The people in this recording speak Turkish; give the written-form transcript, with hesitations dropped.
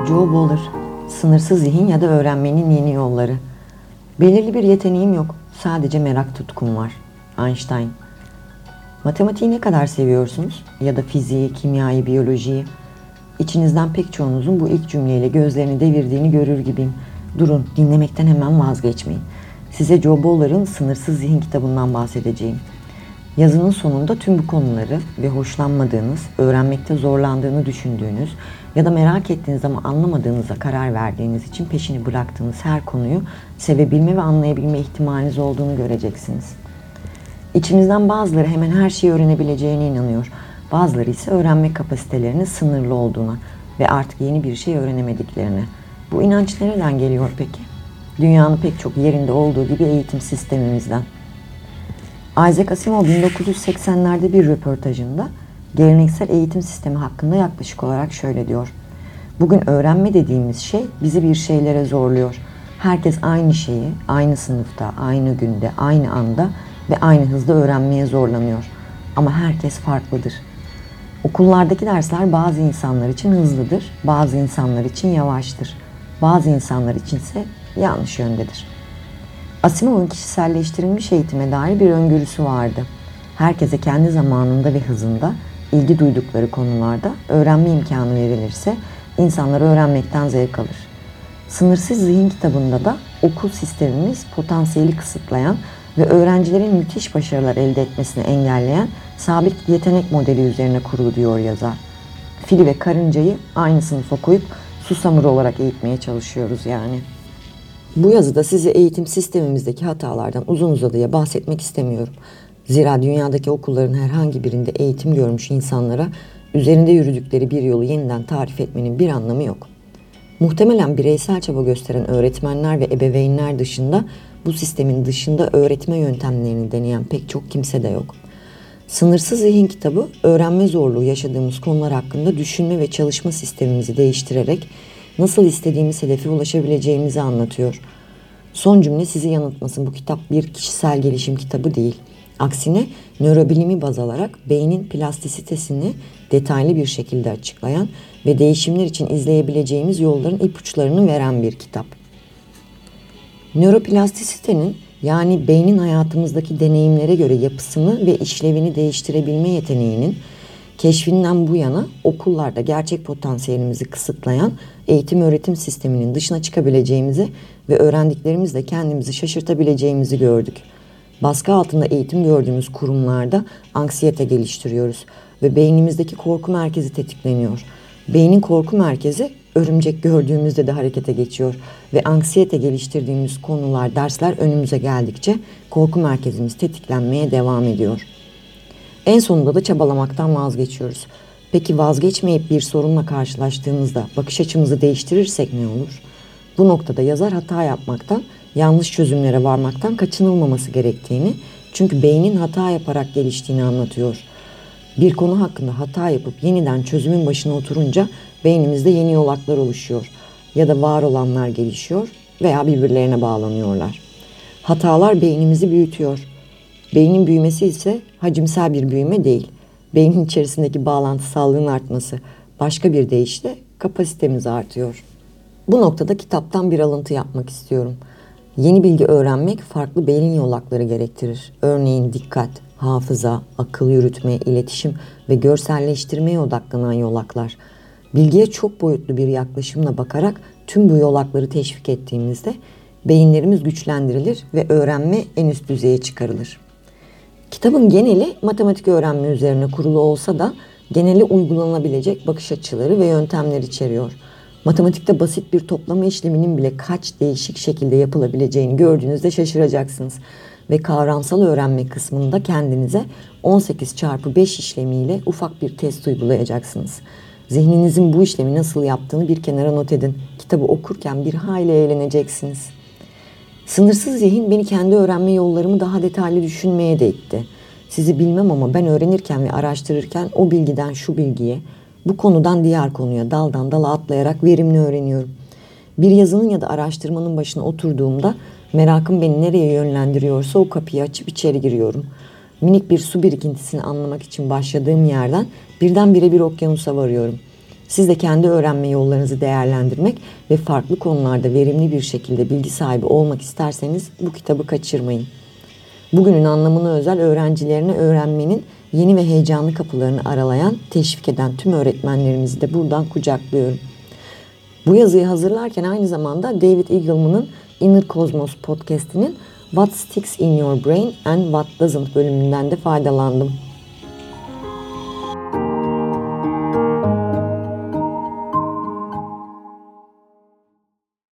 Joe Boller, sınırsız zihin ya da öğrenmenin yeni yolları. Belirli bir yeteneğim yok, sadece merak tutkum var. Einstein. Matematiği ne kadar seviyorsunuz? Ya da fiziği, kimyayı, biyolojiyi? İçinizden pek çoğunuzun bu ilk cümleyle gözlerini devirdiğini görür gibiyim. Durun, dinlemekten hemen vazgeçmeyin. Size Joe Boller'ın Sınırsız Zihin kitabından bahsedeceğim. Yazının sonunda tüm bu konuları ve hoşlanmadığınız, öğrenmekte zorlandığını düşündüğünüz ya da merak ettiğiniz ama anlamadığınıza karar verdiğiniz için peşini bıraktığınız her konuyu sevebilme ve anlayabilme ihtimaliniz olduğunu göreceksiniz. İçimizden bazıları hemen her şeyi öğrenebileceğine inanıyor. Bazıları ise öğrenme kapasitelerinin sınırlı olduğuna ve artık yeni bir şey öğrenemediklerine. Bu inanç nereden geliyor peki? Dünyanın pek çok yerinde olduğu gibi eğitim sistemimizden. Isaac Asimov 1980'lerde bir röportajında geleneksel eğitim sistemi hakkında yaklaşık olarak şöyle diyor. Bugün öğrenme dediğimiz şey bizi bir şeylere zorluyor. Herkes aynı şeyi, aynı sınıfta, aynı günde, aynı anda ve aynı hızda öğrenmeye zorlanıyor. Ama herkes farklıdır. Okullardaki dersler bazı insanlar için hızlıdır, bazı insanlar için yavaştır. Bazı insanlar içinse yanlış yöndedir. Asimov'un kişiselleştirilmiş eğitime dair bir öngörüsü vardı. Herkese kendi zamanında ve hızında ilgi duydukları konularda öğrenme imkanı verilirse insanlar öğrenmekten zevk alır. Sınırsız Zihin kitabında da okul sistemimiz potansiyeli kısıtlayan ve öğrencilerin müthiş başarılar elde etmesini engelleyen sabit yetenek modeli üzerine kurulu diyor yazar. Fili ve karıncayı aynı sınıfa koyup susamur olarak eğitmeye çalışıyoruz yani. Bu yazıda size eğitim sistemimizdeki hatalardan uzun uzadıya bahsetmek istemiyorum. Zira dünyadaki okulların herhangi birinde eğitim görmüş insanlara üzerinde yürüdükleri bir yolu yeniden tarif etmenin bir anlamı yok. Muhtemelen bireysel çaba gösteren öğretmenler ve ebeveynler dışında bu sistemin dışında öğretme yöntemlerini deneyen pek çok kimse de yok. Sınırsız Zihin kitabı öğrenme zorluğu yaşadığımız konular hakkında düşünme ve çalışma sistemimizi değiştirerek nasıl istediğimiz hedefe ulaşabileceğimizi anlatıyor. Son cümle sizi yanıltmasın, bu kitap bir kişisel gelişim kitabı değil. Aksine nörobilimi baz alarak beynin plastisitesini detaylı bir şekilde açıklayan ve değişimler için izleyebileceğimiz yolların ipuçlarını veren bir kitap. Nöroplastisitenin yani beynin hayatımızdaki deneyimlere göre yapısını ve işlevini değiştirebilme yeteneğinin keşfinden bu yana okullarda gerçek potansiyelimizi kısıtlayan eğitim öğretim sisteminin dışına çıkabileceğimizi ve öğrendiklerimizle kendimizi şaşırtabileceğimizi gördük. Baskı altında eğitim gördüğümüz kurumlarda anksiyete geliştiriyoruz ve beynimizdeki korku merkezi tetikleniyor. Beynin korku merkezi örümcek gördüğümüzde de harekete geçiyor ve anksiyete geliştirdiğimiz konular, dersler önümüze geldikçe korku merkezimiz tetiklenmeye devam ediyor. En sonunda da çabalamaktan vazgeçiyoruz. Peki vazgeçmeyip bir sorunla karşılaştığımızda bakış açımızı değiştirirsek ne olur? Bu noktada yazar hata yapmaktan, yanlış çözümlere varmaktan kaçınılmaması gerektiğini, çünkü beynin hata yaparak geliştiğini anlatıyor. Bir konu hakkında hata yapıp yeniden çözümün başına oturunca beynimizde yeni yolaklar oluşuyor ya da var olanlar gelişiyor veya birbirlerine bağlanıyorlar. Hatalar beynimizi büyütüyor. Beynin büyümesi ise hacimsel bir büyüme değil. Beynin içerisindeki bağlantısallığın artması, başka bir deyişle kapasitemiz artıyor. Bu noktada kitaptan bir alıntı yapmak istiyorum. Yeni bilgi öğrenmek farklı beyin yolakları gerektirir. Örneğin dikkat, hafıza, akıl yürütme, iletişim ve görselleştirmeye odaklanan yolaklar. Bilgiye çok boyutlu bir yaklaşımla bakarak tüm bu yolakları teşvik ettiğimizde beyinlerimiz güçlendirilir ve öğrenme en üst düzeye çıkarılır. Kitabın geneli matematik öğrenme üzerine kurulu olsa da geneli uygulanabilecek bakış açıları ve yöntemler içeriyor. Matematikte basit bir toplama işleminin bile kaç değişik şekilde yapılabileceğini gördüğünüzde şaşıracaksınız. Ve kavramsal öğrenme kısmında kendinize 18 çarpı 5 işlemiyle ufak bir test uygulayacaksınız. Zihninizin bu işlemi nasıl yaptığını bir kenara not edin. Kitabı okurken bir hayli eğleneceksiniz. Sınırsız zihin beni kendi öğrenme yollarımı daha detaylı düşünmeye de itti. Sizi bilmem ama ben öğrenirken ve araştırırken o bilgiden şu bilgiye, bu konudan diğer konuya daldan dala atlayarak verimli öğreniyorum. Bir yazının ya da araştırmanın başına oturduğumda merakım beni nereye yönlendiriyorsa o kapıyı açıp içeri giriyorum. Minik bir su birikintisini anlamak için başladığım yerden birdenbire bir okyanusa varıyorum. Siz de kendi öğrenme yollarınızı değerlendirmek ve farklı konularda verimli bir şekilde bilgi sahibi olmak isterseniz bu kitabı kaçırmayın. Bugünün anlamına özel öğrencilerine öğrenmenin yeni ve heyecanlı kapılarını aralayan, teşvik eden tüm öğretmenlerimizi de buradan kucaklıyorum. Bu yazıyı hazırlarken aynı zamanda David Eagleman'ın Inner Cosmos podcast'inin What Sticks in Your Brain and What Doesn't bölümünden de faydalandım.